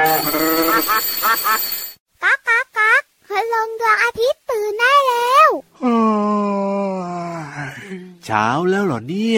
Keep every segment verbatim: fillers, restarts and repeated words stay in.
ก๊ากก๊ากก๊ากคืนลงดวงอาทิตย์ตื่นได้แล้วเช้าแล้วเหรอเนี่ย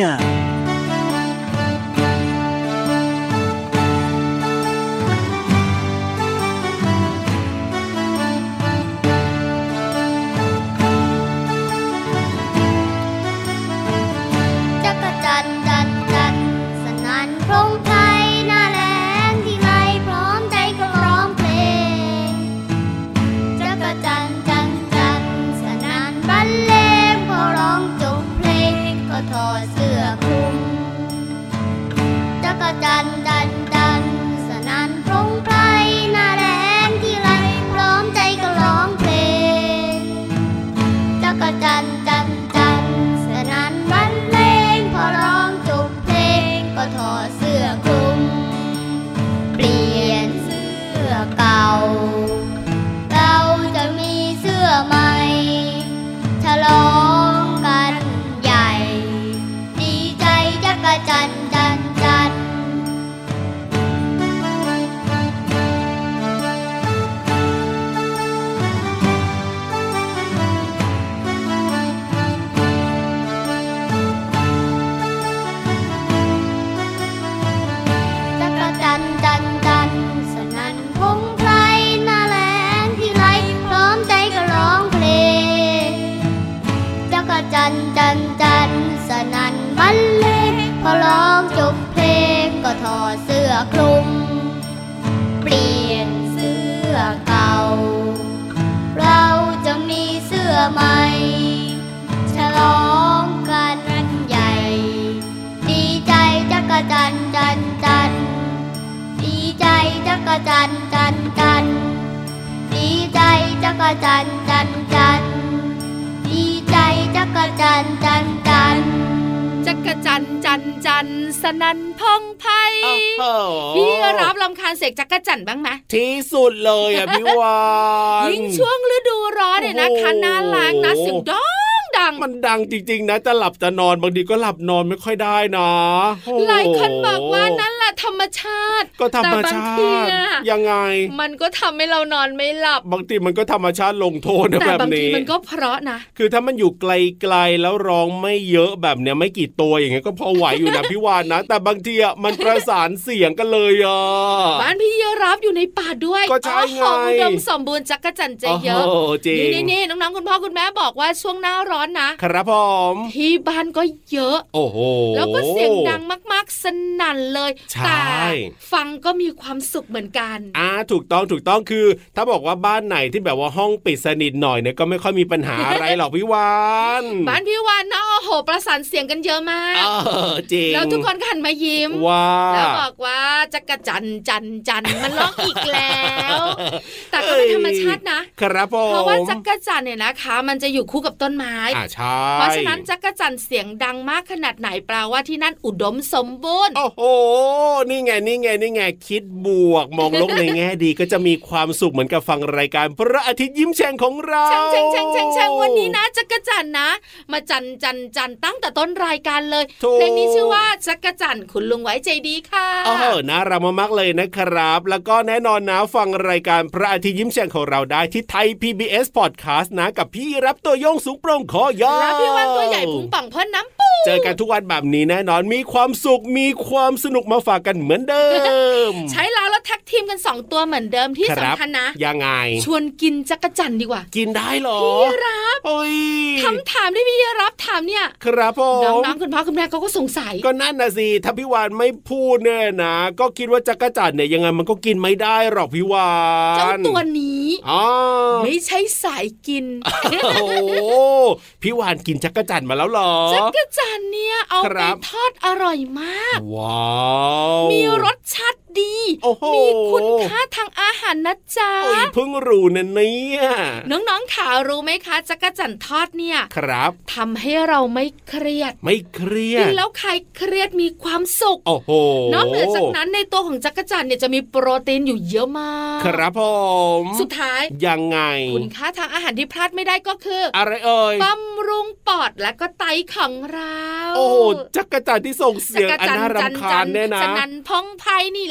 สนั่นพองไพพี่รับรำคาญเสกจักรจั่นบ้างไหมที่สุดเลยอ่ะพี่วานยิ่งช่วงฤดูร้อนเนี่ยนะคะหน้าแล้งนะเสียงดังดังมันดังจริงๆนะจะหลับจะนอนบางทีก็หลับนอนไม่ค่อยได้นะหลายคนบอกว่านั่นแหละธรรมชาติก็ธรรมชาติยังไงมันก็ทำให้เรานอนไม่หลับบางทีมันก็ธรรมชาติลงโทษนะแบบนี้แต่บางทีมันก็เพราะนะคือถ้ามันอยู่ไกลๆแล้วร้องไม่เยอะแบบเนี้ยไม่กี่ตัวอย่างเงี้ยก็พอไหวอยู่นะพี่วานนะแต่บางทีอ่ะมันประสานเสียงกันเลยอ่ะบ้านพี่เยรับอยู่ในป่าด้วยก็ใช่ไงอุดมสมบูรณ์จักรจั่นใจเยอะนี่นี่น้องๆคุณพ่อคุณแม่บอกว่าช่วงหน้าร้อนนะครับผมที่บ้านก็เยอะโอ้โหแล้วก็เสียงดังมากๆสนั่นเลยแต่ฟังก็มีความสุขเหมือนกันอ่าถูกต้องถูกต้องคือถ้าบอกว่าบ้านไหนที่แบบว่าห้องปิดสนิทหน่อยเนี่ยก็ไม่ค่อยมีปัญหาอะไรหรอกพี่วานบ้านพี่วานนะโอ้โหประสานเสียงกันเยอะมากเออจริงแล้วทุกคนก็หันมายิ้มแล้วบอกว่าจักรจันจันจันมันร้องอีกแล้วแต่ก็เป็นธรรมชาตินะครับผมเพราะว่าจักรจันเนี่ยนะคะมันจะอยู่คู่กับต้นไม้อ่าใช่เพราะฉะนั้นจักรจันเสียงดังมากขนาดไหนแปลว่าที่นั่นอุดมสมบูรณ์โอ้โหนี่ไงนี่ไงนี่ไงคิดบวกมองโลกในแง่ดีก็จะมีความสุขเหมือนกับฟังรายการพระอาทิตย์ยิ้มแฉ่งของเราแฉ่งแฉ่งแฉ่งแฉ่งแฉ่งวันนี้นะจักรจันนะมาจันจันจันตั้งแต่ต้นรายการเลยเพลงนี้ชื่อว่าจักรจันคุณลุงไว้ใจดีค่ะโอ้โหน่ารักมากๆเลยนะครับแล้วก็แน่นอนนะฟังรายการพระอาทิตย์ยิ้มแฉ่งของเราได้ที่ไทย พี บี เอส Podcast นะกับพี่รับตัวโยงสูงโปร่งคอยาวและพี่วันตัวใหญ่พุงป่องพ่นน้ำปูเจอกันทุกวันแบบนี้แน่นอนมีความสุขมีความสนุกมาฝากกันเหมือนเดิมใช้แล้วแล้วแท็กทีมกันสองตัวเหมือนเดิมที่สำคัญนะยังไงชวนกินจักรจั่นดีกว่ากินได้หรอพี่รับโอ้ยคำถามที่พี่รับถามเนี่ยครับผมน้องๆคุณพ่อคุณแม่เขาก็สงสัยก็นั่นนะสิถ้าพี่วานไม่พูดเนี่ยนะก็คิดว่าจักรจั่นเนี่ยยังไงมันก็กินไม่ได้หรอกพี่วานเจ้าตัวนี้อ๋อไม่ใช่สายกินโอ้พี่วานกินจักรจั่นมาแล้วหรอจักรจั่นเนี่ยเอาไปทอดอร่อยมากว้าวมีรสชาติดีมีคุณค่าทางอาหารนะจ๊ะโอ้ยเพิ่งรู้นะเนี่ยน้องๆขารู้ไหมคะจักรจั่นทอดเนี่ยครับทำให้เราไม่เครียดไม่เครียดกินแล้วใครเครียดมีความสุขโอ้โหนอกเหนือจากนั้นในตัวของจักรจั่นเนี่ยจะมีโปรตีนอยู่เยอะมากครับผมสุดท้ายยังไงคุณค่าทางอาหารที่พลาดไม่ได้ก็คืออะไรเอ่ยบำรุงปอดและก็ไตของเราโอ้จักรจั่นที่ส่งเสียงอันน่ารำคาญแน่นะสนั่นพองไพนี่แหละ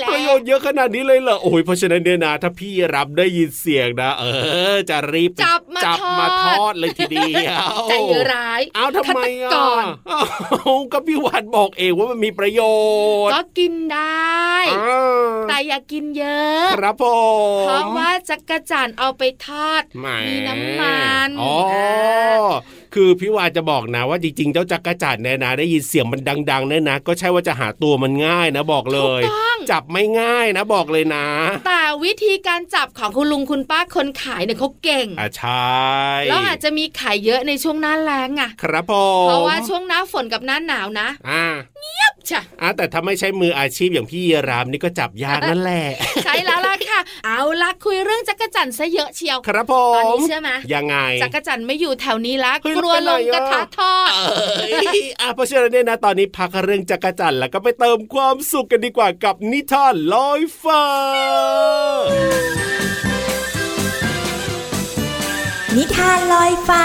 ประโยชน์เยอะขนาดนี้เลยเหรอโอ้ยเพราะฉะนั้นเนี่ยนะถ้าพี่รับได้ยินเสียงนะเออจะรีบจับมาจับมาทอดเลยทีเดียวใจร้ายเอาทำไมอ่ะก็พี่วานบอกเองว่ามันมีประโยชน์ก็กินได้แต่อย่ากินเยอะครับผมเพราะว่าจักรจั่นเอาไปทอดมีน้ำมันอ๋อคือพี่วานจะบอกนะว่าจริงๆเจ้าจักรจั่นเนี่ยนะได้ยินเสียงมันดังๆเนี่ยนะก็ใช่ว่าจะหาตัวมันง่ายนะบอกเลยจับไม่ง่ายนะบอกเลยนะแต่วิธีการจับของคุณลุงคุณป้าคนขายเนี่ยเขาเก่งอ่ะใช่แล้วอาจจะมีขายเยอะในช่วงหน้าแล้งอ่ะครับผมเพราะว่าช่วงหน้าฝนกับหน้าหนาวนะอ่าเงียบจ้ะอ่ะแต่ถ้าไม่ใช้มืออาชีพอย่างพี่รามนี่ก็จับยากนั่นแหละใช่แล้วล่ะค่ะเอาล่ะคุยเรื่องจักรจั่นซะเยอะเชียวครับผมตอนนี้เชื่อไหมยังไงจักรจั่นไม่อยู่แถวนี้ละกลัวลงกระทะทอดอ่ะเพราะฉะนั้นเนี่ยนะตอนนี้พักเรื่องจักรจั่นแล้วก็ไปเติมความสุขกันดีกว่ากับนิทานลอยฟ้านิทานลอยฟ้า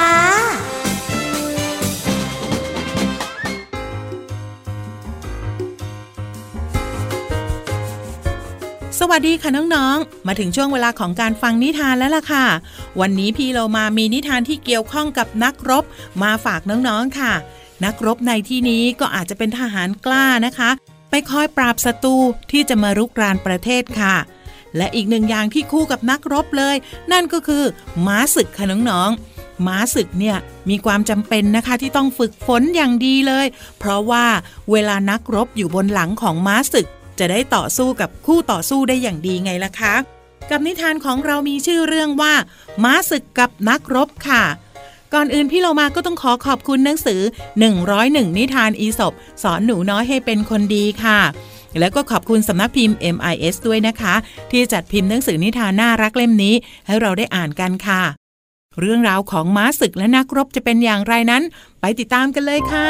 สวัสดีค่ะน้องๆมาถึงช่วงเวลาของการฟังนิทานแล้วล่ะค่ะวันนี้พี่เรามามีนิทานที่เกี่ยวข้องกับนักรบมาฝากน้องๆค่ะนักรบในที่นี้ก็อาจจะเป็นทหารกล้านะคะไปคอยปราบศัตรูที่จะมารุกรานประเทศค่ะและอีกหนึ่งอย่างที่คู่กับนักรบเลยนั่นก็คือม้าศึกค่ะน้องๆม้าศึกเนี่ยมีความจำเป็นนะคะที่ต้องฝึกฝนอย่างดีเลยเพราะว่าเวลานักรบอยู่บนหลังของม้าศึกจะได้ต่อสู้กับคู่ต่อสู้ได้อย่างดีไงล่ะคะกับนิทานของเรามีชื่อเรื่องว่าม้าศึกกับนักรบค่ะก่อนอื่นพี่เรามาก็ต้องขอขอบคุณหนังสือหนึ่งร้อยเอ็ดนิทานอีสปสอนหนูน้อยให้เป็นคนดีค่ะแล้วก็ขอบคุณสำนักพิมพ์ เอ็ม ไอ เอส ด้วยนะคะที่จัดพิมพ์หนังสือนิทานน่ารักเล่มนี้ให้เราได้อ่านกันค่ะเรื่องราวของม้าศึกและนักรบจะเป็นอย่างไรนั้นไปติดตามกันเลยค่ะ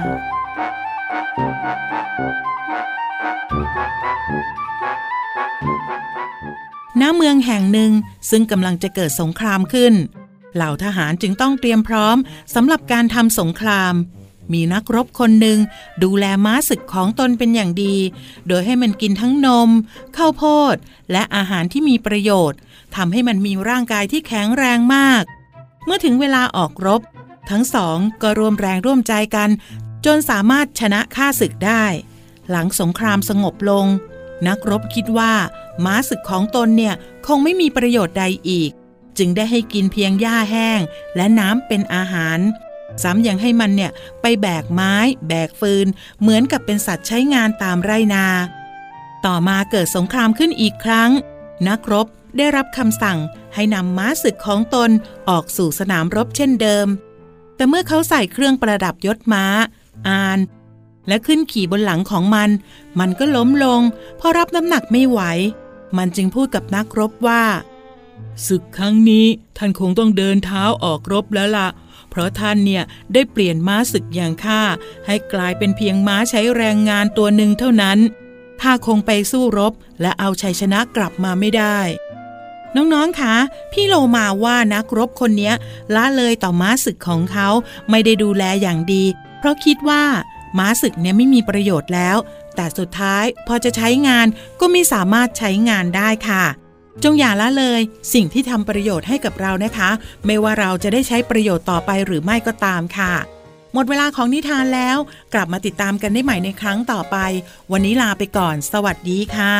ณ เมืองแห่งหนึ่งซึ่งกำลังจะเกิดสงครามขึ้นเหล่าทหารจึงต้องเตรียมพร้อมสำหรับการทำสงครามมีนักรบคนหนึ่งดูแลม้าศึกของตนเป็นอย่างดีโดยให้มันกินทั้งนมข้าวโพดและอาหารที่มีประโยชน์ทำให้มันมีร่างกายที่แข็งแรงมากเมื่อถึงเวลาออกรบทั้งสองก็ร่วมแรงร่วมใจกันจนสามารถชนะข้าศึกได้หลังสงครามสงบลงนักรบคิดว่าม้าศึกของตนเนี่ยคงไม่มีประโยชน์ใดอีกจึงได้ให้กินเพียงหญ้าแห้งและน้ำเป็นอาหารซ้ำยังให้มันเนี่ยไปแบกไม้แบกฟืนเหมือนกับเป็นสัตว์ใช้งานตามไร่นาต่อมาเกิดสงครามขึ้นอีกครั้งนักรบได้รับคำสั่งให้นำม้าศึกของตนออกสู่สนามรบเช่นเดิมแต่เมื่อเขาใส่เครื่องประดับยศม้าอานและขึ้นขี่บนหลังของมันมันก็ล้มลงเพราะรับน้ำหนักไม่ไหวมันจึงพูดกับนักรบว่าศึกครั้งนี้ท่านคงต้องเดินเท้าออกรบแล้วล่ะเพราะท่านเนี่ยได้เปลี่ยนม้าศึกอย่างข้าให้กลายเป็นเพียงม้าใช้แรงงานตัวหนึ่งเท่านั้นข้าคงไปสู้รบและเอาชัยชนะกลับมาไม่ได้น้องๆคะพี่โลมาว่านักรบคนนี้ละเลยต่อม้าศึกของเขาไม่ได้ดูแลอย่างดีเพราะคิดว่าม้าศึกเนี่ยไม่มีประโยชน์แล้วแต่สุดท้ายพอจะใช้งานก็ไม่สามารถใช้งานได้ค่ะจงอย่าละเลยสิ่งที่ทำประโยชน์ให้กับเรานะคะไม่ว่าเราจะได้ใช้ประโยชน์ต่อไปหรือไม่ก็ตามค่ะหมดเวลาของนิทานแล้วกลับมาติดตามกันได้ใหม่ในครั้งต่อไปวันนี้ลาไปก่อนสวัสดีค่ะ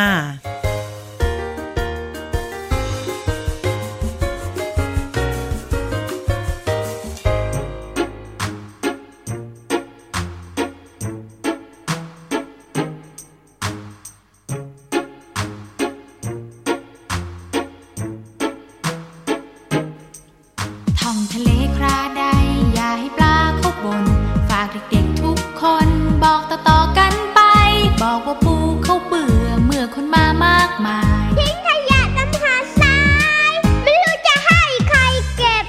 บอกต่อๆกันไปบอกว่าปูเขาเบื่อเมื่อคนมามากมายทิ้งขยะน้ำหาทรายไม่รู้จะให้ใครเก็บ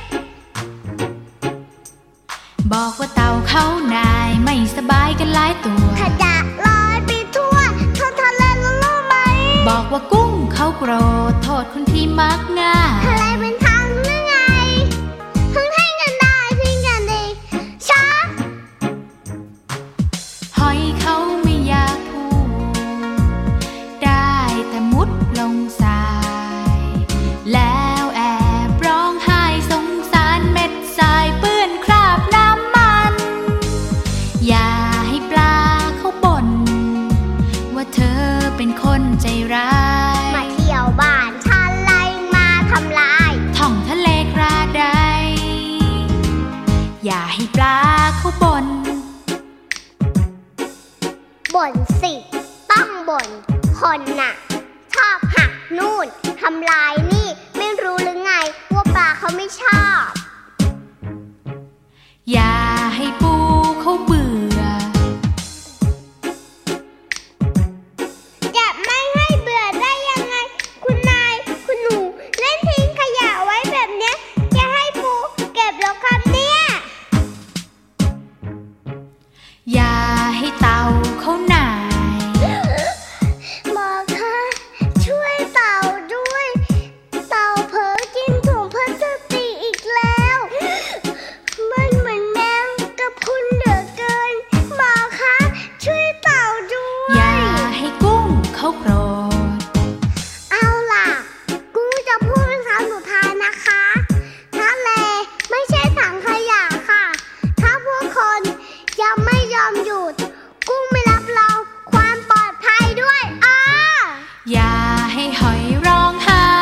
บอกว่าเต่าเขานายไม่สบายกันหลายตัวขยะลอยไปทั่วท้องทะเลรู้ไหมบอกว่ากุ้งเขาโกรธโทษคนที่มักง่ายทะเลเป็นทางหรือไงทั้งให้เงินได้ทิ้งกันดีช้าหอยเขาไม่อยากพูดได้คนน่ะชอบหักนู่นทำลายนี่ไม่รู้หรือไงว่าปลาเขาไม่ชอบอย่าให้ปูเขาเบื่อจะไม่ให้เบื่อได้ยังไงคุณนายคุณหนูเล่นทิ้งขยะไว้แบบเนี้ยจะให้ปูเก็บหรอครับเนี่ยอย่าให้เต่าเขาหน่ายหมอคะช่วยเต่าด้วยเต่าเผลอกินถุงพลาสติกอีกแล้วมันเหมือนแมงกะพรุนเหลือเกินหมอคะช่วยเต่าด้วยอย่าให้กุ้งเขาโกรธเอาล่ะกุ้งจะพูดเป็นคำสุดท้ายนะคะทะเลไม่ใช่ถังขยะค่ะถ้าพวกคนยังไม่ยอมหยุดกุ้งไม่รับรองความปลอดภัยด้วยอ้าอย่าให้หอยร้องไห้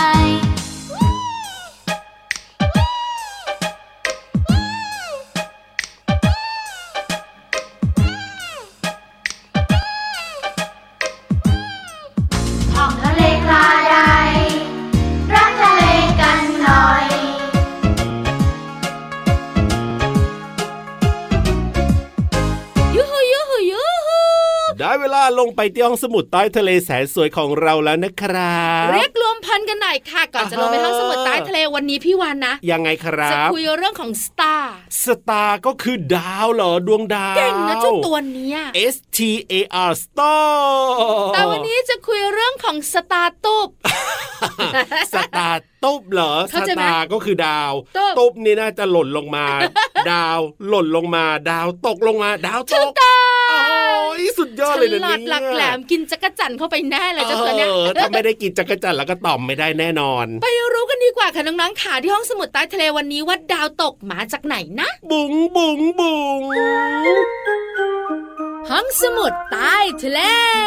ท่องทะเลคลาใดรักทะเลกันหน่อยยูฮูยูฮูยูฮูได้เวลาลงไปที่ห้องสมุดใต้ทะเลแสนสวยของเราแล้วนะครับเรียกรวมพันกันหน่อยค่ะก่อนจะลงไปห้องสมุดใต้ทะเลวันนี้พี่วานนะยังไงครับจะคุยเรื่องของสตาร์สตาร์ก็คือดาวเหรอดวงดาวเก่งนะเจ้าตัวเนี้ย S T A R star แต่วันนี้จะคุยเรื่องของสตาร์ตุบสตาร์ตุบเหรอสตาร์ก็คือดาวตุบนี่น่าจะหล่นลงมาดาวหล่นลงมาดาวตกลงมาดาวตกโอ้ยสุดยอดเลยนะเนี่ยฉลาดหลักแหลมกินจักรจั่นเข้าไปแน่เลยเจ้าตัวเนี้ยถ้าไม่ได้กินจักรจั่นแล้วก็ต่อมไม่ได้แน่นอนไปรู้กันดีกว่าค่ะน้องๆขาที่ห้องสมุดใต้ทะเลวันนี้ว่าดาวตกมาจากไหนนะบุ๋งบุ๋งบุ๋งห้องสมุดใต้ทะเล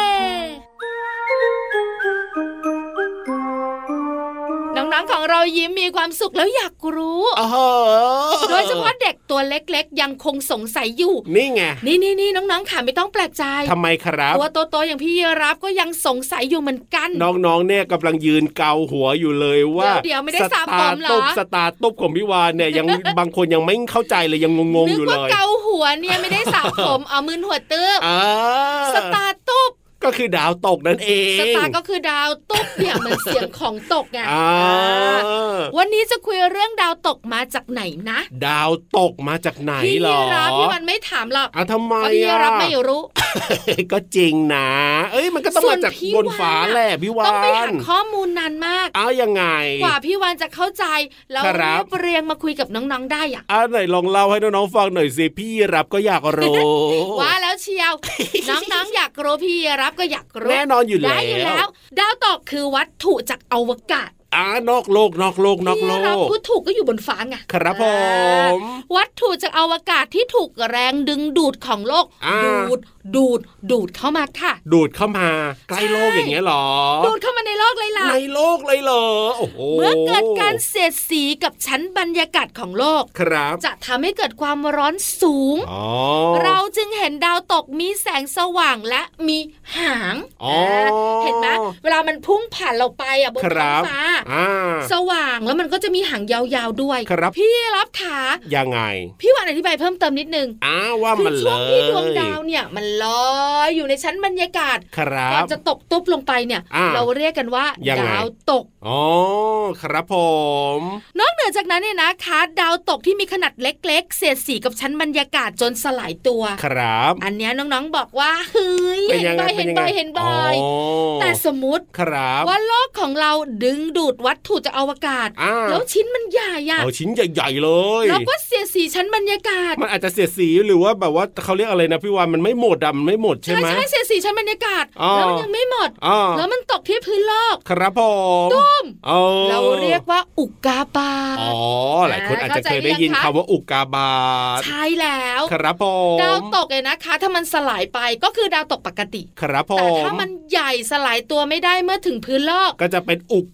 น้องๆของเรายิ้มมีความสุขแล้วอยากรู้โดยเฉพาะเด็กตัวเล็กๆยังคงสงสัยอยู่นี่ไงนี่นี่นี่น้องๆค่ะไม่ต้องแปลกใจทำไมครับตัวโตๆอย่างพี่ยีราฟก็ยังสงสัยอยู่เหมือนกันน้องๆเนี่ยกำลังยืนเกาหัวอยู่เลยว่าเดี๋ยวไม่ได้สาผมหรอสตาร์ตุบของพี่วานเนี่ยยังบางคนยังไม่เข้าใจเลยยังงงๆอยู่เลยนึกว่าเกาหัวเนี่ยไม่ได้สาผมเอามือหัวตึ๊บสตาร์ตุบก็คือดาวตกนั่นเองสตาร์ก็คือดาวตกเนี่ยเหมือนเสียงของตกไงวันนี้จะคุยเรื่องดาวตกมาจากไหนนะดาวตกมาจากไหนหรอพี่รับพี่วันไม่ถามหรอกอ่ะทำไมอ่ะพี่รับไม่รู้ก็จริงนะเอ้ยมันก็ต้องมาจากบนฟ้าแหละพี่วานต้องไปหาข้อมูลนานมากอ้าวยังไงกว่าพี่วานจะเข้าใจแล้วเรียบเรียงมาคุยกับน้องๆได้อ่ะอ่ะไหนลองเล่าให้น้องๆฟังหน่อยสิพี่รับก็อยากรู้ว่าแล้วเชียวน้องๆอยากรู้พี่รับก็อยากรู้แน่นอนอยู่แล้วได้อยู่แล้วดาวตกคือวัตถุจากอวกาศอ่านอกโลกนอกโลกนอกโลกที่เราพูดถูกก็อยู่บนฟ้าไงครับผมวัตถุจากอวกาศที่ถูกแรงดึงดูดของโลกดูดดูดดูดเข้ามาค่ะดูดเข้ามาใกล้โลกอย่างเงี้ยหรอดูดเข้ามาในโลกเลยล่ะในโลกเลยเหรอโอ้โหเมื่อเกิดการเสียดสีกับชั้นบรรยากาศของโลกครับจะทำให้เกิดความร้อนสูงเราจึงเห็นดาวตกมีแสงสว่างและมีหางเห็นไหมเวลามันพุ่งผ่านเราไปอ่ะบนท้องฟ้าสว่างแล้วมันก็จะมีหางยาวๆด้วยพี่รับขายังไงพี่วันอธิบายเพิ่มเติมนิดนึงอ้าวว่ามันเลยช่วงที่ดวงดาวเนี่ยมันลอยอยู่ในชั้นบรรยากาศก่อนจะตกตุ๊บลงไปเนี่ยเราเรียกกันว่าดาวตกอ๋อครับผมนอกเหนือจากนั้นเนี่ยนะคะดาวตกที่มีขนาดเล็กๆเสียดสีกับชั้นบรรยากาศจนสลายตัวครับอันนี้น้องๆบอกว่าเฮ้ยเห็นบ่อยเห็นบ่อยเห็นบ่อยแต่สมมติว่าโลกของเราดึงดูดวัตถุจากอวกาศแล้วชิ้นมันใหญ่อะเอาชิ้นใหญ่ๆเลยแล้วก็เสียดสีชั้นบรรยากาศมันอาจจะเสียดสีหรือว่าแบบว่าเขาเรียกอะไรนะพี่วานมันไม่หมดดำไม่หมดใช่ไหมใช่ใช่เสียดสีชั้นบรรยากาศแล้วมันยังไม่หมดแล้วมันตกที่พื้นโลกครับผมตุ้มเราเรียกว่าอุกกาบาตอ๋อหลายคนอาจจะเคยได้ยินคำว่าอุกกาบาตใช่แล้วครับผมดาวตกเนี่ยนะคะถ้ามันสลายไปก็คือดาวตกปกติครับผมแต่ถ้ามันใหญ่สลายตัวไม่ได้เมื่อถึงพื้นโลกก็จะเป็นอุกกาบาต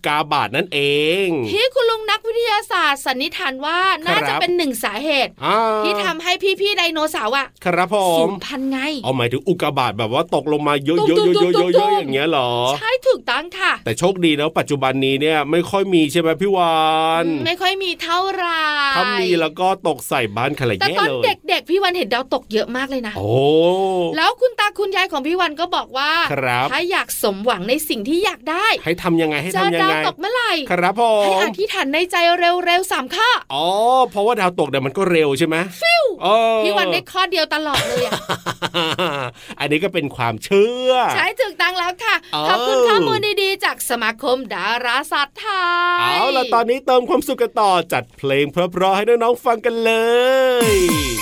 นั่นเองที่คุณลุงนักวิทยาศาสตร์สันนิษฐานว่าน่าจะเป็นหนึ่งสาเหตุที่ทำให้พี่ๆไดโนเสาร์อ่ะครับผมสูญพันธุ์ไงเอาหมายถึงอุกกาบาตแบบว่าตกลงมาเยอะๆๆๆๆอย่างเงี้ยหรอใช่ถูกต้องค่ะแต่โชคดีนะปัจจุบันนี้เนี่ยไม่ค่อยมีใช่ไหมพี่วานไม่ค่อยมีเท่าไหร่ถ้ามีแล้วก็ตกใส่บ้านใครแย่เลยแต่ตอนเด็กๆพี่วันเห็นดาวตกเยอะมากเลยนะโอ้แล้วคุณตาคุณยายของพี่วันก็บอกว่าถ้าอยากสมหวังในสิ่งที่อยากได้ให้ทำยังไงให้ทำยังไงดาวตกเมื่อไหร่ครับผมให้อธิษฐานในใจเร็วๆสามข้ออ๋อเพราะว่าดาวตกเนี่ยมันก็เร็วใช่ไหมฟิวพี่วันได้ข้อเดียวตลอดเลยอ่ะอันนี้ก็เป็นความเชื่อใช่ถูกต้องแล้วค่ะขอบคุณข้อมูลดีๆจากสมาคมดาราศาสตร์ไทยเอาล่ะตอนนี้เติมความสุขกันต่อจัดเพลงเพราะๆให้น้องๆฟังกันเลย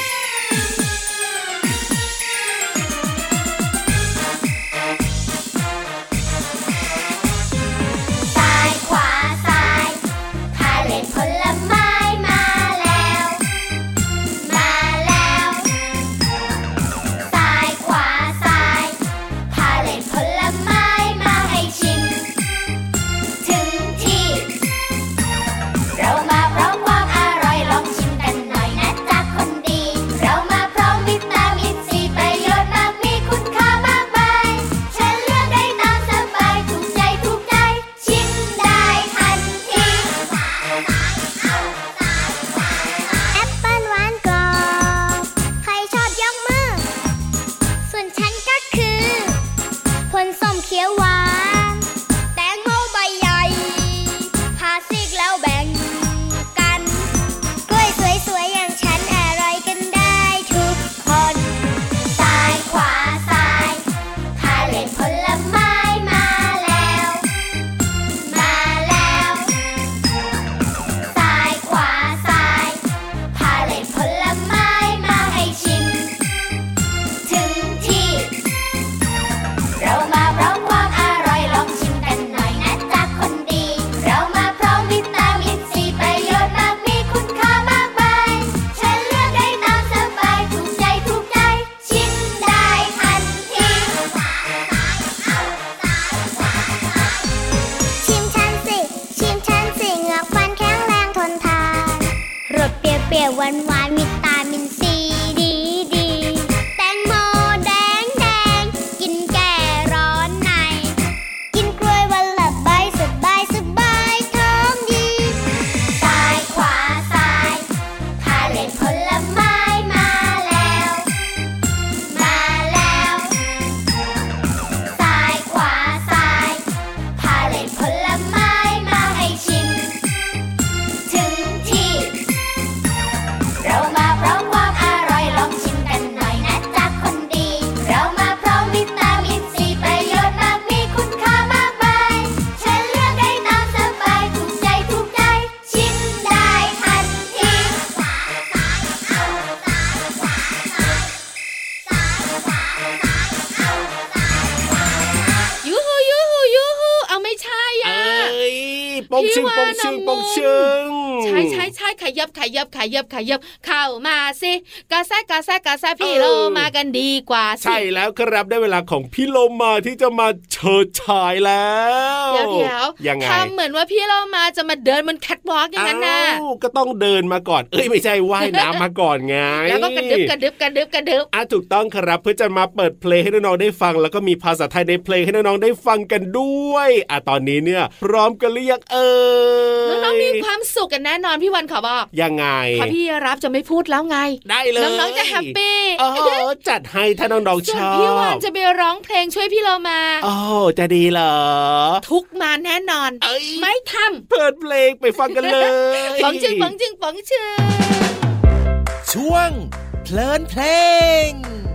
ปองชึงปองชึงปองชึงใช่ใช่ใช่ขยับขยับขยับขยับเข้ามาสิกาแซกาแซกาแซพี่โลมากันดีกว่าใช่แล้วครับได้เวลาของพี่โลมาที่จะมาเฉิดฉายแล้วเดี๋ยวเดี๋ยวยังไงทำเหมือนว่าพี่โลมาจะมาเดินบนแคทวอล์กอย่างนั้นนะก็ต้องเดินมาก่อนเอ้ยไม่ใช่ว่ายน้ำมาก่อนไงแล้วก็กระดึบกระดึบกระดึบกระดึบอ่ะถูกต้องครับเพื่อจะมาเปิดเพลงให้น้องๆได้ฟังแล้วก็มีภาษาไทยในเพลงให้น้องๆได้ฟังกันด้วยอ่ะตอนนี้เนี่ยพร้อมกันหรือยังเอ่ยน้องๆมีความสุขกันแน่นอนพี่วันขอบอกยังไงพอพี่รับจะไม่พูดแล้วไงได้เลยน้องๆจะแฮปปี้โอ้จัดให้ถ้าน้องๆชอบพี่วันจะไปร้องเพลงช่วยพี่โลมาโอ้จะดีเหรอทุกมาแน่นอนไม่ทำเปิดเพลงไปฟังกันเลยฝังจึงฝังจึงฝังจึงช่วงเพลินเพลง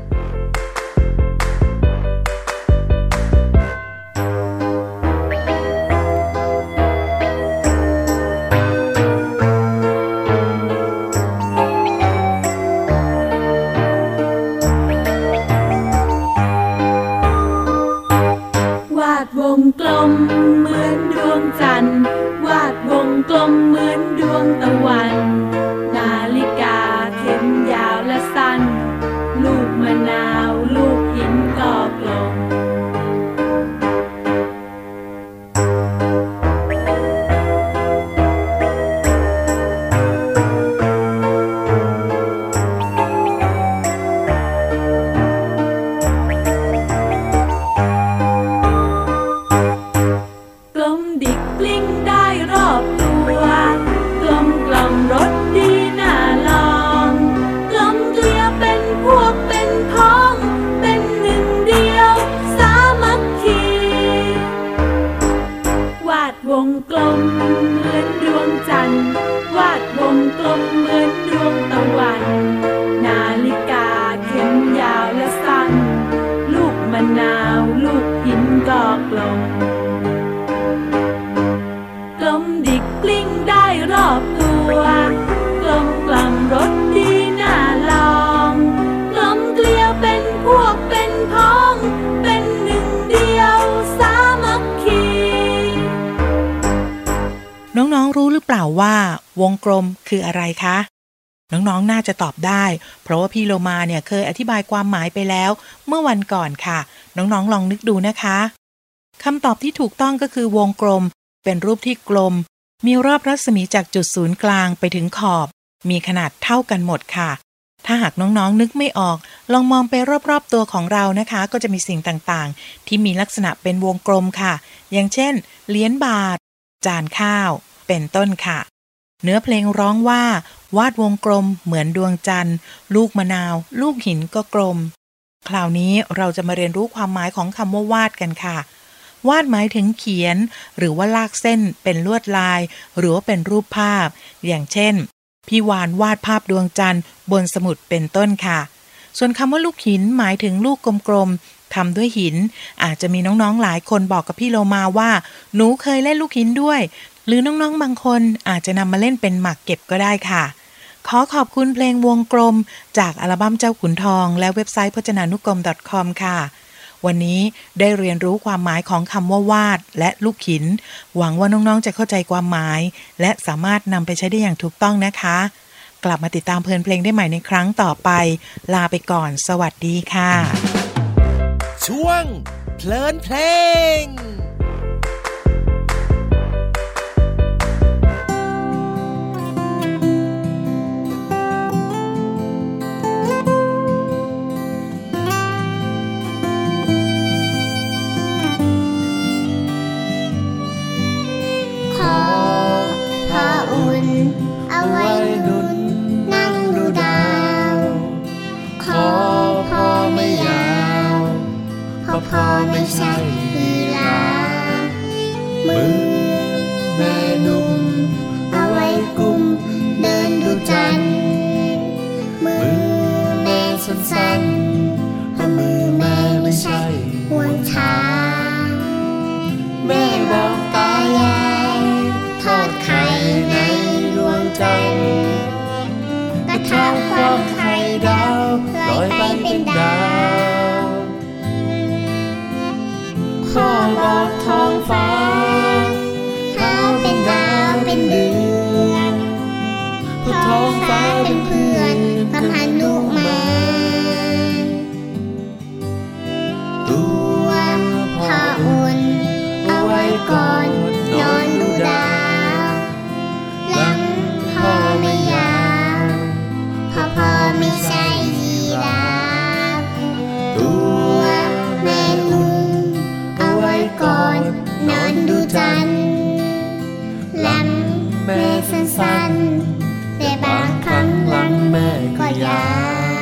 วงกลมเหมือนดวงจันทร์วาดวงกลมเหมือนดวงตะวันนาฬิกาเข็มยาวและสั้นลูกมะนาวลูกหินก็กลมกลิ้งได้รอบตัวกลมกล่อมรสดีน่าลองกลมเกลียวเป็นพวกเป็นพ้องเป็นหนึ่งเดียวสามัคคีวาดวงกลมเหมือนดวงจันทร์วาดวงกลมเหมือนดวงตะวันนาฬิกาเข็มยาวและสั้นลูกมะนาวลูกหินก็กลมกลมดิกกลิ้งได้รอบตัวกลมกล่อมรสดีน่าลองกลมเกลียวเป็นพวกเป็นพ้องเป็นหนึ่งเดียวสามัคคีน้องๆรู้หรือเปล่าว่าวงกลมคืออะไรคะน้องๆน่าจะตอบได้เพราะว่าพี่โลมาเนี่ยเคยอธิบายความหมายไปแล้วเมื่อวันก่อนค่ะน้องๆลองนึกดูนะคะคำตอบที่ถูกต้องก็คือวงกลมเป็นรูปที่กลมมีรอบรัศมีจากจุดศูนย์กลางไปถึงขอบมีขนาดเท่ากันหมดค่ะถ้าหากน้องๆนึกไม่ออกลองมองไปรอบๆตัวของเรานะคะก็จะมีสิ่งต่างๆที่มีลักษณะเป็นวงกลมค่ะอย่างเช่นเหรียญบาทจานข้าวเป็นต้นค่ะเนื้อเพลงร้องว่าวาดวงกลมเหมือนดวงจันทร์ลูกมะนาวลูกหินก็กลมคราวนี้เราจะมาเรียนรู้ความหมายของคำว่าวาดกันค่ะวาดหมายถึงเขียนหรือว่าลากเส้นเป็นลวดลายหรือว่าเป็นรูปภาพอย่างเช่นพี่วานวาดภาพดวงจันทร์บนสมุดเป็นต้นค่ะส่วนคำว่าลูกหินหมายถึงลูกกลมๆทำด้วยหินอาจจะมีน้องๆหลายคนบอกกับพี่โลมาว่าหนูเคยเล่นลูกหินด้วยหรือน้องๆบางคนอาจจะนำมาเล่นเป็นหมากเก็บก็ได้ค่ะขอขอบคุณเพลงวงกลมจากอัลบั้มเจ้าขุนทองและเว็บไซต์พจนานุกรม .com ค่ะวันนี้ได้เรียนรู้ความหมายของคำว่าวาดและลูกหินหวังว่าน้องๆจะเข้าใจความหมายและสามารถนำไปใช้ได้อย่างถูกต้องนะคะกลับมาติดตามเพลินเพลงได้ใหม่ในครั้งต่อไปลาไปก่อนสวัสดีค่ะช่วงเพลินเพลงเอาไว้หนุนนั่งดูดาวขอพ่อไม่ยาวเพราะพ่อไม่ใช่ยีราฟมือแม่นุ่มเอาไว้กุมเดินดูจันทร์มือแม่สั้นๆเพราะมือแม่ไม่ใช่ห่วงช้างแม่บอกตายายทอดไข่ในดวงจันทร์กระทะความไข่ดาวลอยไปเป็นดาวพ่อบอกท้องฟ้าขาวเป็นดาวเป็นเดือนเพราะท้องฟ้าเป็นเพื่อนกับหนุมานตัวพ่ออุ่นเอาไว้ก่อนนอนดูดาวหลังพ่อไม่ยาวเพราะพ่อไม่ใช่ยีราฟตัวแม่อุ่นเอาไว้ก่อนนอนดูจันทร์หลังแม่สั้นๆแต่บางครั้งหลังแม่ก็ยาว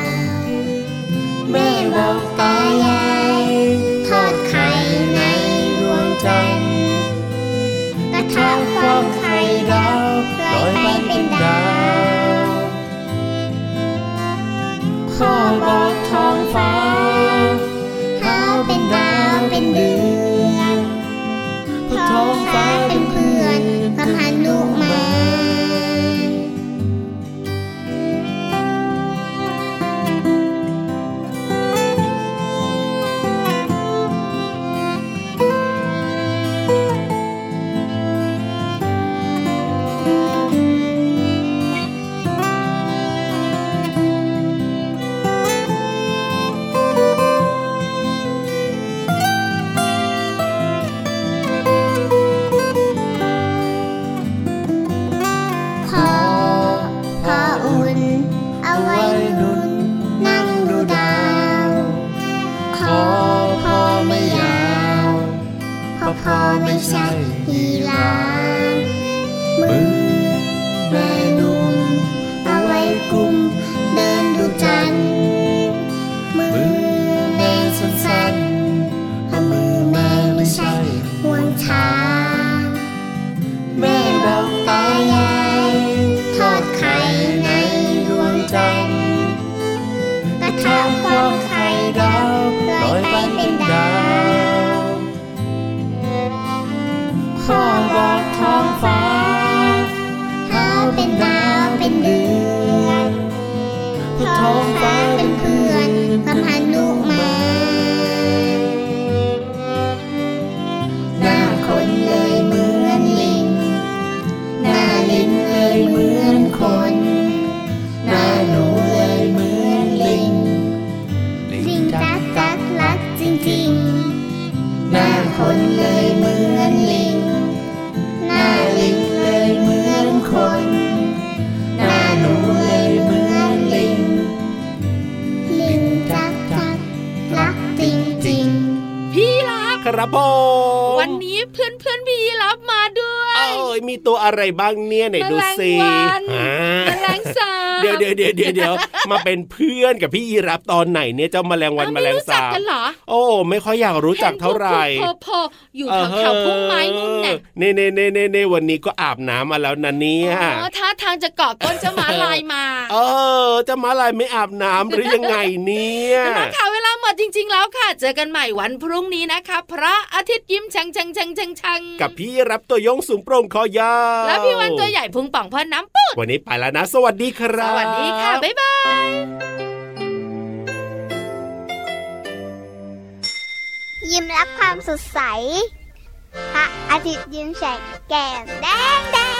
ยมีตัวอะไรบ้างเนี่ยไหนดูสิแมลงสาบเดี๋ยวเดี๋ยวเดี๋ยวเดี๋ยวมาเป็นเพื่อนกับพี่ยีรับตอนไหนเนี่ยเจ้าแมลงวันแมลงสาบโอ้ไม่ค่อยอยากรู้จักเท่าไหร่พอๆอยู่แถวๆพุ่มไม้นู่นน่ะเน่เน่เน่เน่เน่วันนี้ก็อาบน้ำมาแล้วนะเนี่ยอ๋อท่าทางจะเกาะก้นเจ้าม้าลายมาเออเจ้าม้าลายไม่อาบน้ำหรือยังไงเนี่ยน้องๆค่ะเวลาหมดจริงๆแล้วค่ะเจอกันใหม่วันพรุ่งนี้นะคะพระอาทิตย์ยิ้มแฉ่งแฉ่งแฉ่งแฉ่งแฉ่งกับพี่รับตัวยงสูงโปร่งคอยาวแล้วพี่วันตัวใหญ่พุงป่องพอน้ำปุดวันนี้ไปแล้วนะสวัสดีครับสวัสดีค่ะบ๊ายบายยิ้มรับความสดใสพระอาทิตย์ยิ้มแฉกแก้มแดงแดง